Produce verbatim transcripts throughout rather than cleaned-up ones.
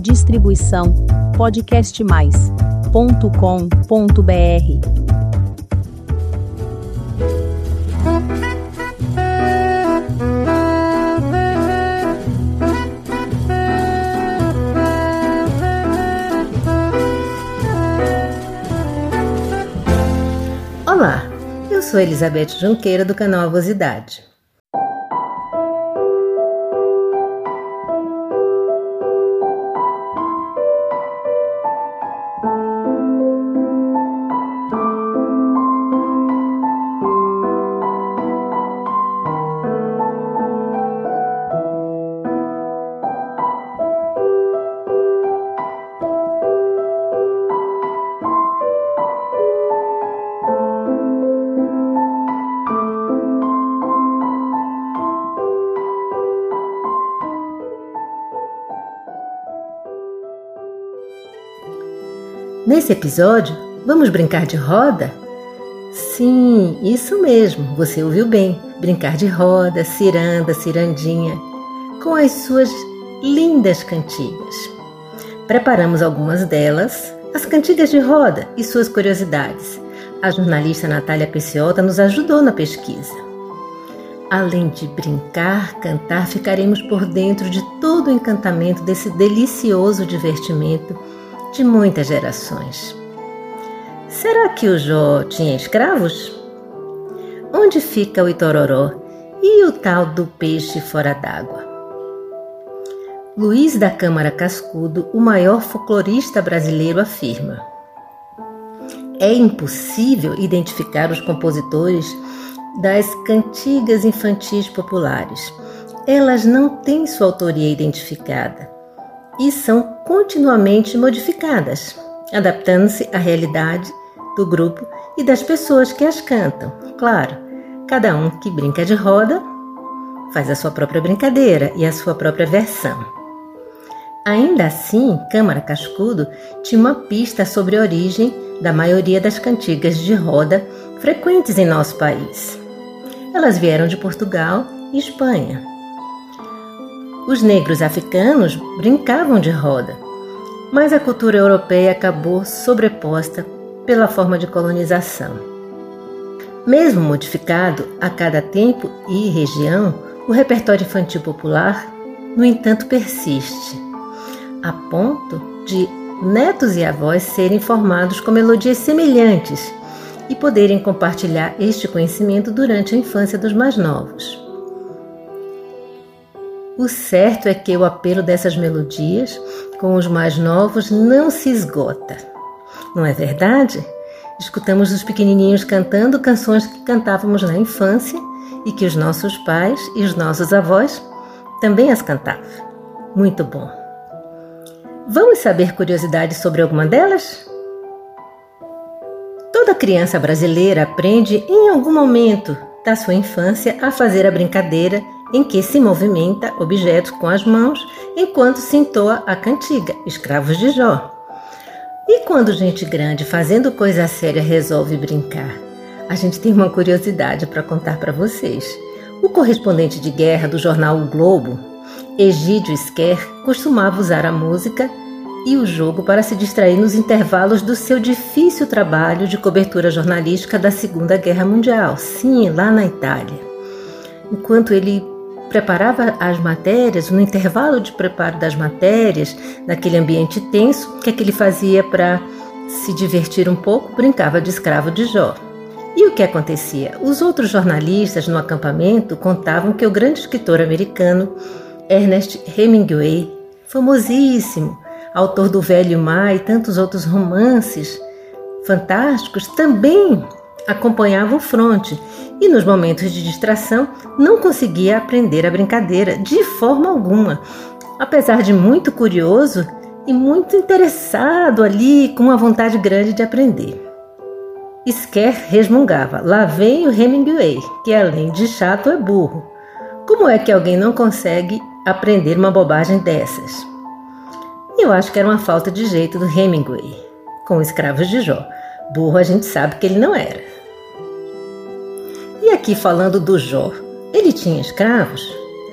Distribuição podcast mais ponto com ponto br. Olá, eu sou Elizabeth Junqueira do canal Avosidade. Nesse episódio, vamos brincar de roda? Sim, isso mesmo, você ouviu bem. Brincar de roda, ciranda, cirandinha, com as suas lindas cantigas. Preparamos algumas delas, as cantigas de roda e suas curiosidades. A jornalista Natália Pecciota nos ajudou na pesquisa. Além de brincar, cantar, ficaremos por dentro de todo o encantamento desse delicioso divertimento de muitas gerações. Será que o Jó tinha escravos? Onde fica o Itororó e o tal do peixe fora d'água? Luiz da Câmara Cascudo, o maior folclorista brasileiro, afirma: é impossível identificar os compositores das cantigas infantis populares. Elas não têm sua autoria identificada e são continuamente modificadas, adaptando-se à realidade do grupo e das pessoas que as cantam. Claro, cada um que brinca de roda faz a sua própria brincadeira e a sua própria versão. Ainda assim, Câmara Cascudo tinha uma pista sobre a origem da maioria das cantigas de roda frequentes em nosso país. Elas vieram de Portugal e Espanha. Os negros africanos brincavam de roda, mas a cultura europeia acabou sobreposta pela forma de colonização. Mesmo modificado a cada tempo e região, o repertório infantil popular, no entanto, persiste, a ponto de netos e avós serem formados com melodias semelhantes e poderem compartilhar este conhecimento durante a infância dos mais novos. O certo é que o apelo dessas melodias com os mais novos não se esgota. Não é verdade? Escutamos os pequenininhos cantando canções que cantávamos na infância e que os nossos pais e os nossos avós também as cantavam. Muito bom! Vamos saber curiosidades sobre alguma delas? Toda criança brasileira aprende em algum momento da sua infância a fazer a brincadeira em que se movimenta objetos com as mãos enquanto se entoa a cantiga, Escravos de Jó. E quando gente grande fazendo coisa séria resolve brincar? A gente tem uma curiosidade para contar para vocês. O correspondente de guerra do jornal O Globo, Egídio Scher, costumava usar a música e o jogo para se distrair nos intervalos do seu difícil trabalho de cobertura jornalística da Segunda Guerra Mundial, sim, lá na Itália. Enquanto ele preparava as matérias, no intervalo de preparo das matérias, naquele ambiente tenso, o que é que ele fazia para se divertir um pouco? Brincava de escravo de Jó. E o que acontecia? Os outros jornalistas no acampamento contavam que o grande escritor americano Ernest Hemingway, famosíssimo, autor do Velho Mar e tantos outros romances fantásticos, também acompanhava o fronte e nos momentos de distração não conseguia aprender a brincadeira de forma alguma, apesar de muito curioso e muito interessado ali, com uma vontade grande de aprender. Scher resmungava: lá vem o Hemingway, que além de chato é burro. Como é que alguém não consegue aprender uma bobagem dessas? Eu acho que era uma falta de jeito do Hemingway com Escravos de Jó. Burro a gente sabe que ele não era. E aqui falando do Jó, ele tinha escravos?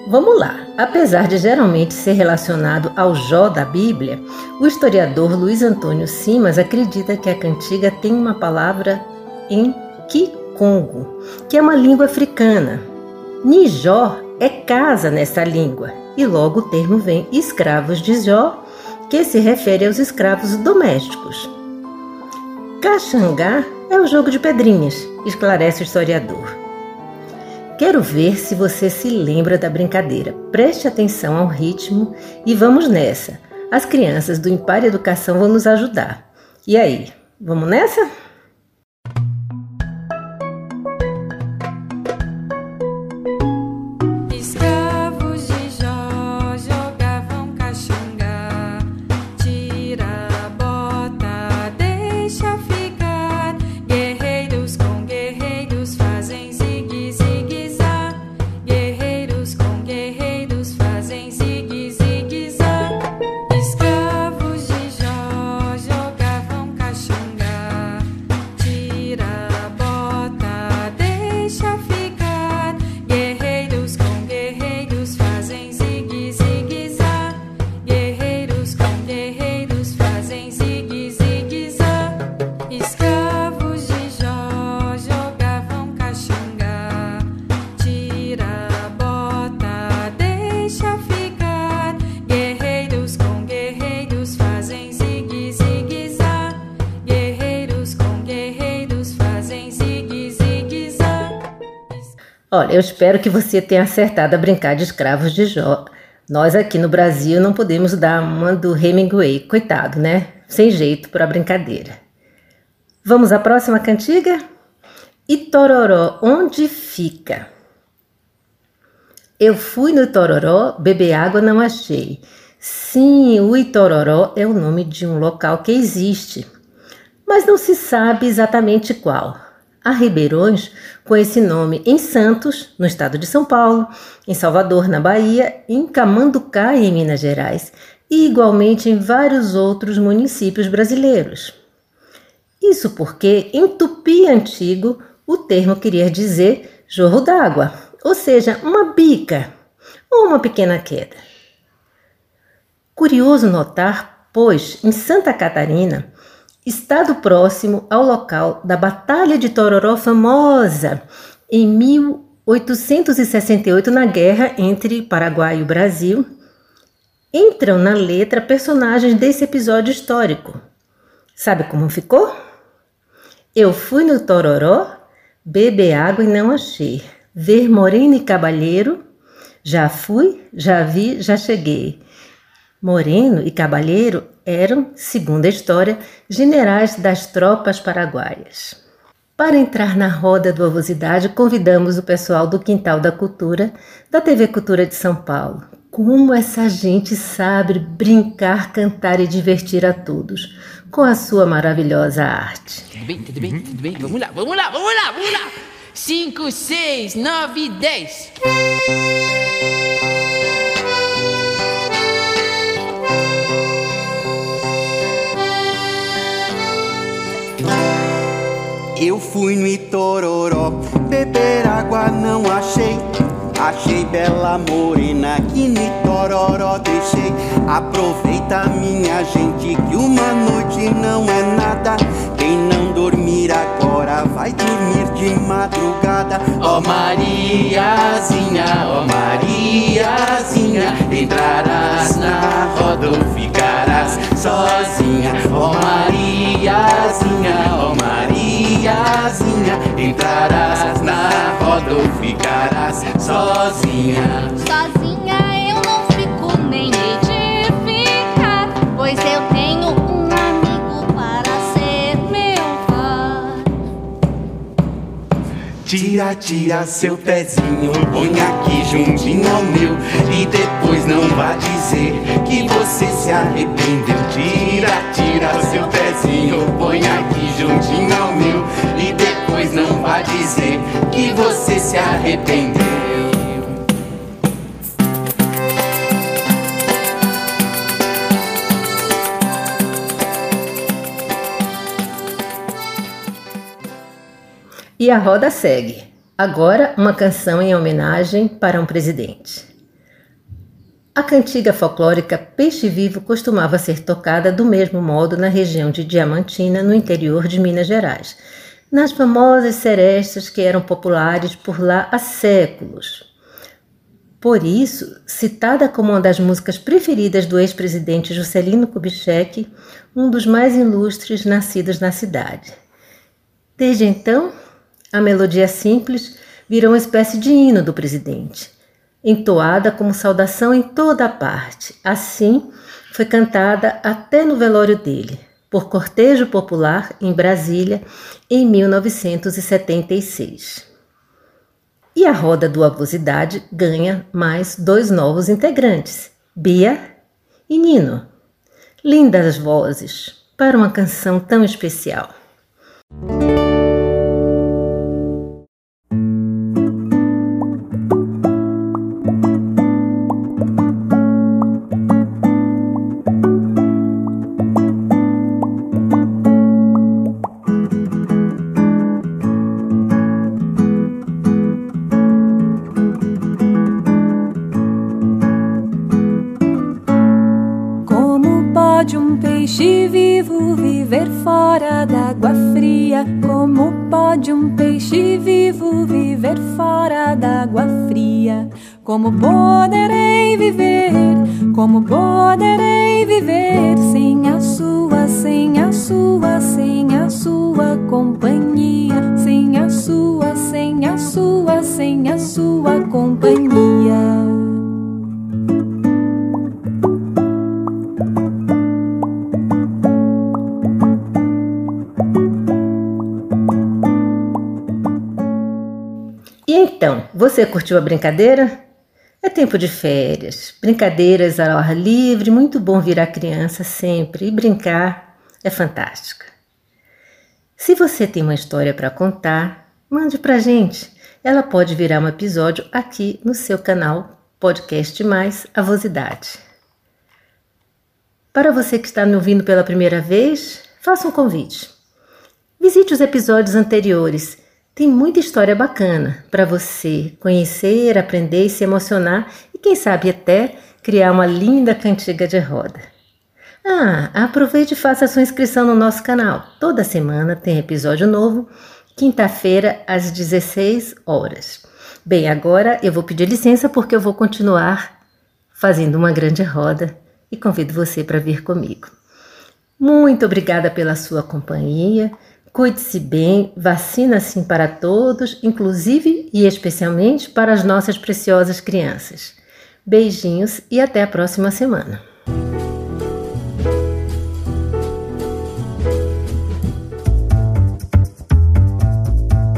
Vamos lá. Apesar de geralmente ser relacionado ao Jó da Bíblia, o historiador Luiz Antônio Simas acredita que a cantiga tem uma palavra em Kikongo, que é uma língua africana. Nijó é casa nessa língua, e logo o termo vem escravos de Jó, que se refere aos escravos domésticos. Caxangá é o jogo de pedrinhas, esclarece o historiador. Quero ver se você se lembra da brincadeira. Preste atenção ao ritmo e vamos nessa. As crianças do Impar Educação vão nos ajudar. E aí, vamos nessa? Olha, eu espero que você tenha acertado a brincar de escravos de Jó. Nós aqui no Brasil não podemos dar uma do Hemingway, coitado, né? Sem jeito para a brincadeira. Vamos à próxima cantiga? Itororó, onde fica? Eu fui no Itororó, beber água não achei. Sim, o Itororó é o nome de um local que existe, mas não se sabe exatamente qual. Há ribeirões com esse nome em Santos, no estado de São Paulo, em Salvador, na Bahia, em Camanducá, em Minas Gerais, e igualmente em vários outros municípios brasileiros. Isso porque, em tupi antigo, o termo queria dizer jorro d'água, ou seja, uma bica ou uma pequena queda. Curioso notar, pois, em Santa Catarina, estado próximo ao local da Batalha de Tororó famosa, em mil oitocentos e sessenta e oito, na guerra entre Paraguai e o Brasil, entram na letra personagens desse episódio histórico. Sabe como ficou? Eu fui no Tororó, beber água e não achei. Ver moreno e cabalheiro, já fui, já vi, já cheguei. Moreno e Cabalheiro eram, segundo a história, generais das tropas paraguaias. Para entrar na roda do Avosidade, convidamos o pessoal do Quintal da Cultura, da T V Cultura de São Paulo. Como essa gente sabe brincar, cantar e divertir a todos, com a sua maravilhosa arte. Tudo bem, tudo bem, tudo bem? Vamos lá, vamos lá, vamos lá, vamos lá! Cinco, seis, nove, dez... Eu fui no Itororó, beber água não achei. Achei bela morena que no Itororó deixei. Aproveita, minha gente, que uma noite não é nada. Quem não dormir agora vai dormir de madrugada. Ó oh, Mariazinha, ó oh, Mariazinha, entrarás na roda ou ficarás sozinha. Ó oh, Mariazinha, ó oh, Mariazinha, entrarás na roda ou ficarás sozinha. Sozinha eu não fico, nem hei de ficar, pois eu tenho um amigo para ser meu pai. Tira, tira seu pezinho, põe aqui juntinho ao meu, e depois não vá dizer que você se arrependeu. Tira, tira seu pezinho, põe aqui juntinho ao meu, e depois não vá dizer que você se arrependeu. E a roda segue. Agora, uma canção em homenagem para um presidente. A cantiga folclórica Peixe Vivo costumava ser tocada do mesmo modo na região de Diamantina, no interior de Minas Gerais, nas famosas serestas que eram populares por lá há séculos. Por isso, citada como uma das músicas preferidas do ex-presidente Juscelino Kubitschek, um dos mais ilustres nascidos na cidade. Desde então, a melodia simples virou uma espécie de hino do presidente, entoada como saudação em toda a parte. Assim, foi cantada até no velório dele, por cortejo popular em Brasília, em mil novecentos e setenta e seis. E a roda do Avosidade ganha mais dois novos integrantes, Bia e Nino. Lindas vozes para uma canção tão especial. Pode um peixe vivo viver fora d'água fria? Como pode um peixe vivo viver fora d'água fria? Como poderei viver? Como poderei viver sem a sua, sem a sua, sem a sua companhia? Sem a sua, sem a sua, sem a sua companhia. E então, você curtiu a brincadeira? É tempo de férias, brincadeiras ao ar livre, muito bom virar criança sempre, e brincar é fantástico. Se você tem uma história para contar, mande pra gente. Ela pode virar um episódio aqui no seu canal Podcast Mais Avosidade. Para você que está me ouvindo pela primeira vez, faça um convite. Visite os episódios anteriores. Tem muita história bacana para você conhecer, aprender e se emocionar e quem sabe até criar uma linda cantiga de roda. Ah, aproveite e faça a sua inscrição no nosso canal. Toda semana tem episódio novo, quinta-feira às dezesseis horas. Bem, agora eu vou pedir licença porque eu vou continuar fazendo uma grande roda e convido você para vir comigo. Muito obrigada pela sua companhia. Cuide-se bem, vacina sim para todos, inclusive e especialmente para as nossas preciosas crianças. Beijinhos e até a próxima semana.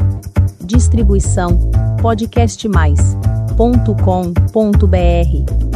Distribuição podcast mais ponto com ponto br